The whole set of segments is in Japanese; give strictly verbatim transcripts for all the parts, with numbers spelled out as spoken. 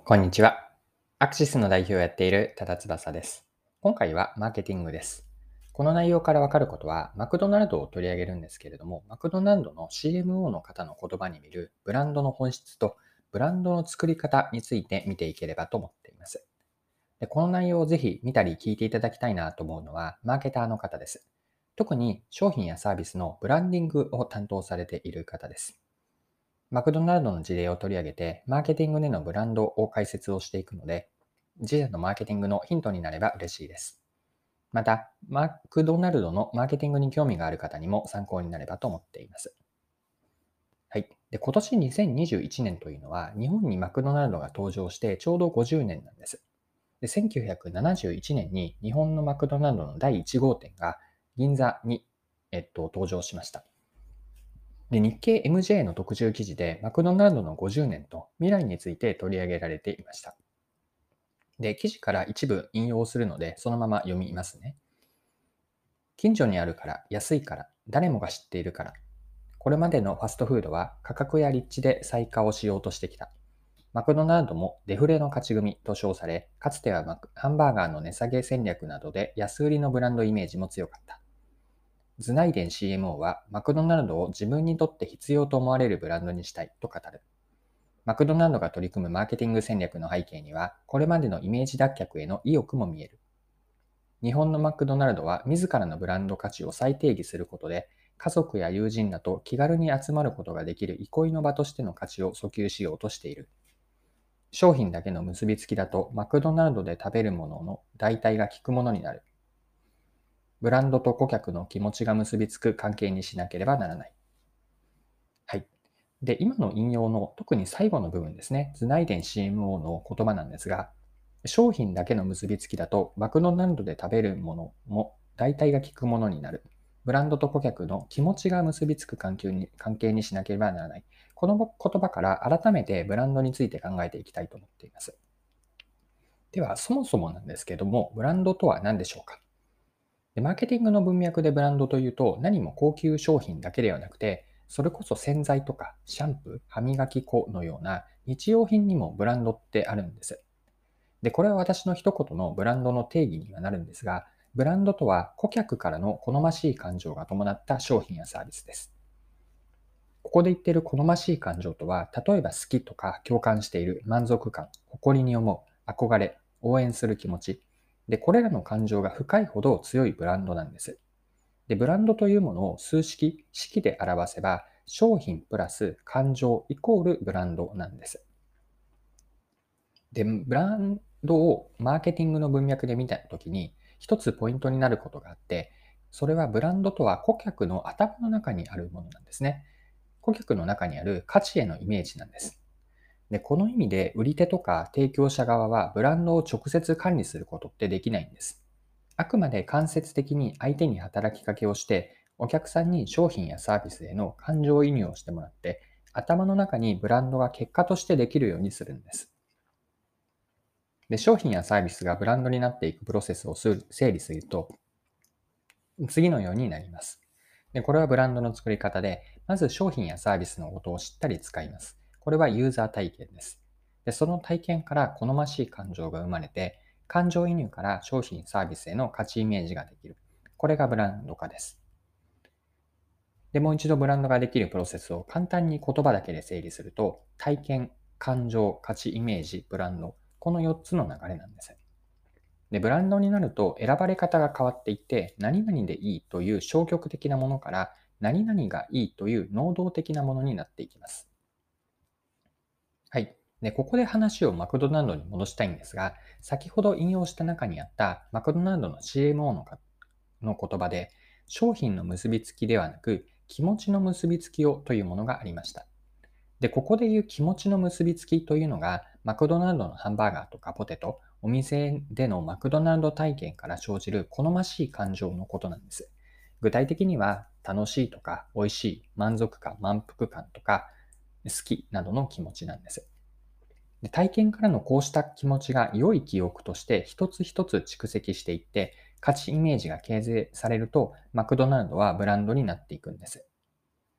こんにちは。アクシスの代表をやっている多田翼です。今回はマーケティングです。この内容からわかることは、マクドナルドを取り上げるんですけれども、マクドナルドの シーエムオー の方の言葉に見るブランドの本質とブランドの作り方について見ていければと思っています。でこの内容をぜひ見たり聞いていただきたいなと思うのは、マーケターの方です。特に商品やサービスのブランディングを担当されている方です。マクドナルドの事例を取り上げて、マーケティングでのブランドを解説をしていくので、自社のマーケティングのヒントになれば嬉しいです。また、マクドナルドのマーケティングに興味がある方にも参考になればと思っています。はい。で、今年にせんにじゅういちねんというのは、日本にマクドナルドが登場してちょうどごじゅうねんなんです。で、せんきゅうひゃくななじゅういちねんに日本のマクドナルドのだいいち号店が銀座に、えっと、登場しました。で、日経 エムジェー の特集記事でマクドナルドのごじゅうねんと未来について取り上げられていました。で、記事から一部引用するので、そのまま読みますね。近所にあるから、安いから、誰もが知っているから。これまでのファストフードは価格や立地で最下をしようとしてきた。マクドナルドもデフレの勝ち組と称され、かつてはマクハンバーガーの値下げ戦略などで安売りのブランドイメージも強かった。ズナイデン シーエムオー はマクドナルドを自分にとって必要と思われるブランドにしたいと語る。マクドナルドが取り組むマーケティング戦略の背景には、これまでのイメージ脱却への意欲も見える。日本のマクドナルドは自らのブランド価値を再定義することで、家族や友人らと気軽に集まることができる憩いの場としての価値を訴求しようとしている。商品だけの結びつきだと、マクドナルドで食べるものの代替が効くものになる。ブランドと顧客の気持ちが結びつく関係にしなければならない。はい。で、今の引用の特に最後の部分ですね、ズナイデン シーエムオー の言葉なんですが、商品だけの結びつきだと、マクドナルドで食べるものも代替が効くものになる。ブランドと顧客の気持ちが結びつく関係に関係にしなければならない。この言葉から改めてブランドについて考えていきたいと思っています。では、そもそもなんですけども、ブランドとは何でしょうか。でマーケティングの文脈でブランドというと、何も高級商品だけではなくて、それこそ洗剤とかシャンプー、歯磨き粉のような日用品にもブランドってあるんです。で、これは私の一言のブランドの定義にはなるんですが、ブランドとは顧客からの好ましい感情が伴った商品やサービスです。ここで言っている好ましい感情とは、例えば好きとか共感している、満足感、誇りに思う、憧れ、応援する気持ち。で、これらの感情が深いほど強いブランドなんです。で、ブランドというものを数式、式で表せば、商品プラス感情イコールブランドなんです。で、ブランドをマーケティングの文脈で見たときに、一つポイントになることがあって、それはブランドとは顧客の頭の中にあるものなんですね。顧客の中にある価値へのイメージなんです。で、この意味で売り手とか提供者側はブランドを直接管理することってできないんです。あくまで間接的に相手に働きかけをして、お客さんに商品やサービスへの感情移入をしてもらって、頭の中にブランドが結果としてできるようにするんです。で、商品やサービスがブランドになっていくプロセスを整理すると、次のようになります。で、これはブランドの作り方で、まず商品やサービスのことをしっかり使います。これはユーザー体験です。で、その体験から好ましい感情が生まれて、感情移入から商品サービスへの価値イメージができる。これがブランド化です。で、もう一度ブランドができるプロセスを簡単に言葉だけで整理すると、体験、感情、価値イメージ、ブランド、このよっつの流れなんです。で、ブランドになると選ばれ方が変わっていって、何々でいいという消極的なものから、何々がいいという能動的なものになっていきます。はい。で、ここで話をマクドナルドに戻したいんですが、先ほど引用した中にあったマクドナルドの シーエムオー のかの言葉で、商品の結びつきではなく、気持ちの結びつきをというものがありました。で、ここで言う気持ちの結びつきというのが、マクドナルドのハンバーガーとかポテト、お店でのマクドナルド体験から生じる好ましい感情のことなんです。具体的には、楽しいとか、美味しい、満足感、満腹感とか、好きなどの気持ちなんです。で体験からのこうした気持ちが良い記憶として一つ一つ蓄積していって、価値イメージが形成されると、マクドナルドはブランドになっていくんです。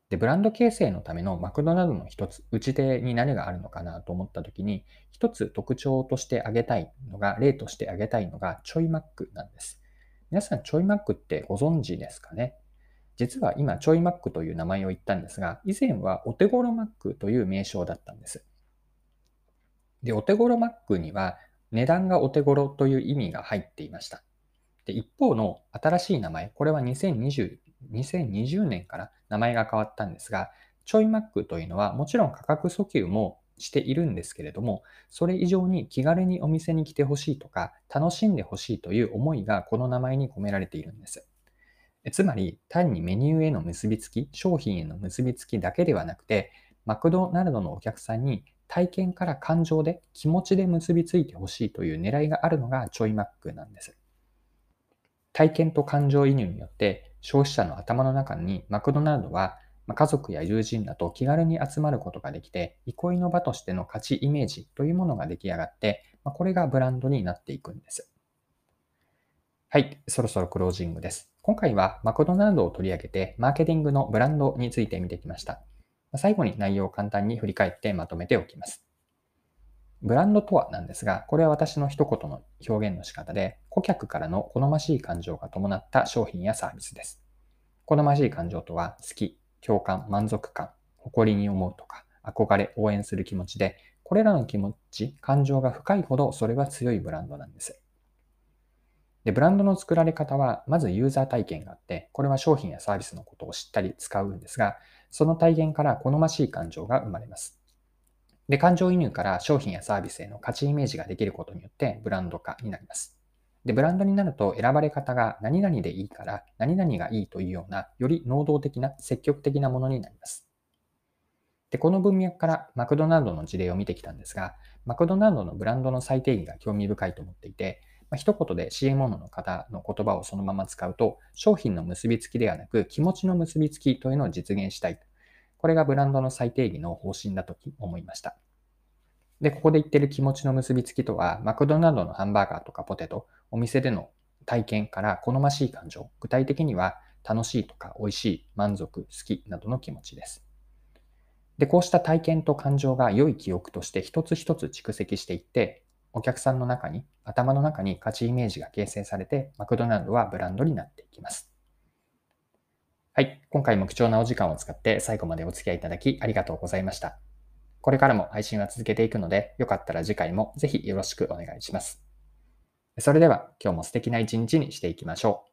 で、ブランド形成のためのマクドナルドの一つ、打ち手に何があるのかなと思ったときに、一つ特徴として挙げたいのが、例として挙げたいのが、ちょいマックなんです。皆さん、ちょいマックってご存知ですかね？実は今、ちょいマックという名前を言ったんですが、以前はお手頃マックという名称だったんです。で、お手頃マックには、値段がお手頃という意味が入っていました。で、一方の新しい名前、これはにせんにじゅう、にせんにじゅうねんから名前が変わったんですが、ちょいマックというのはもちろん価格訴求もしているんですけれども、それ以上に気軽にお店に来てほしいとか、楽しんでほしいという思いがこの名前に込められているんです。つまり、単にメニューへの結びつき、商品への結びつきだけではなくて、マクドナルドのお客さんに体験から感情で気持ちで結びついてほしいという狙いがあるのがちょいマックなんです。体験と感情移入によって消費者の頭の中にマクドナルドは家族や友人らと気軽に集まることができて、憩いの場としての価値イメージというものが出来上がって、これがブランドになっていくんです。はい、そろそろクロージングです。今回はマクドナルドを取り上げて、マーケティングのブランドについて見てきました。最後に内容を簡単に振り返ってまとめておきます。ブランドとはなんですが、これは私の一言の表現の仕方で、顧客からの好ましい感情が伴った商品やサービスです。好ましい感情とは、好き、共感、満足感、誇りに思うとか、憧れ、応援する気持ちで、これらの気持ち、感情が深いほどそれは強いブランドなんです。で、ブランドの作られ方は、まずユーザー体験があって、これは商品やサービスのことを知ったり使うんですが、その体験から好ましい感情が生まれます。で、感情移入から商品やサービスへの価値イメージができることによってブランド化になります。で、ブランドになると選ばれ方が何々でいいから何々がいいというような、より能動的な積極的なものになります。で、この文脈からマクドナルドの事例を見てきたんですが、マクドナルドのブランドの再定義が興味深いと思っていて、まあ、一言で シーエムオー の方の言葉をそのまま使うと、商品の結びつきではなく気持ちの結びつきというのを実現したい。これがブランドの再定義の方針だと思いました。で、ここで言ってる気持ちの結びつきとは、マクドナルドのハンバーガーとかポテト、お店での体験から好ましい感情、具体的には楽しいとか美味しい、満足、好きなどの気持ちです。で、こうした体験と感情が良い記憶として一つ一つ蓄積していって、お客さんの中に、頭の中に価値イメージが形成されて、マクドナルドはブランドになっていきます。はい、今回も貴重なお時間を使って最後までお付き合いいただきありがとうございました。これからも配信は続けていくので、よかったら次回もぜひよろしくお願いします。それでは今日も素敵な一日にしていきましょう。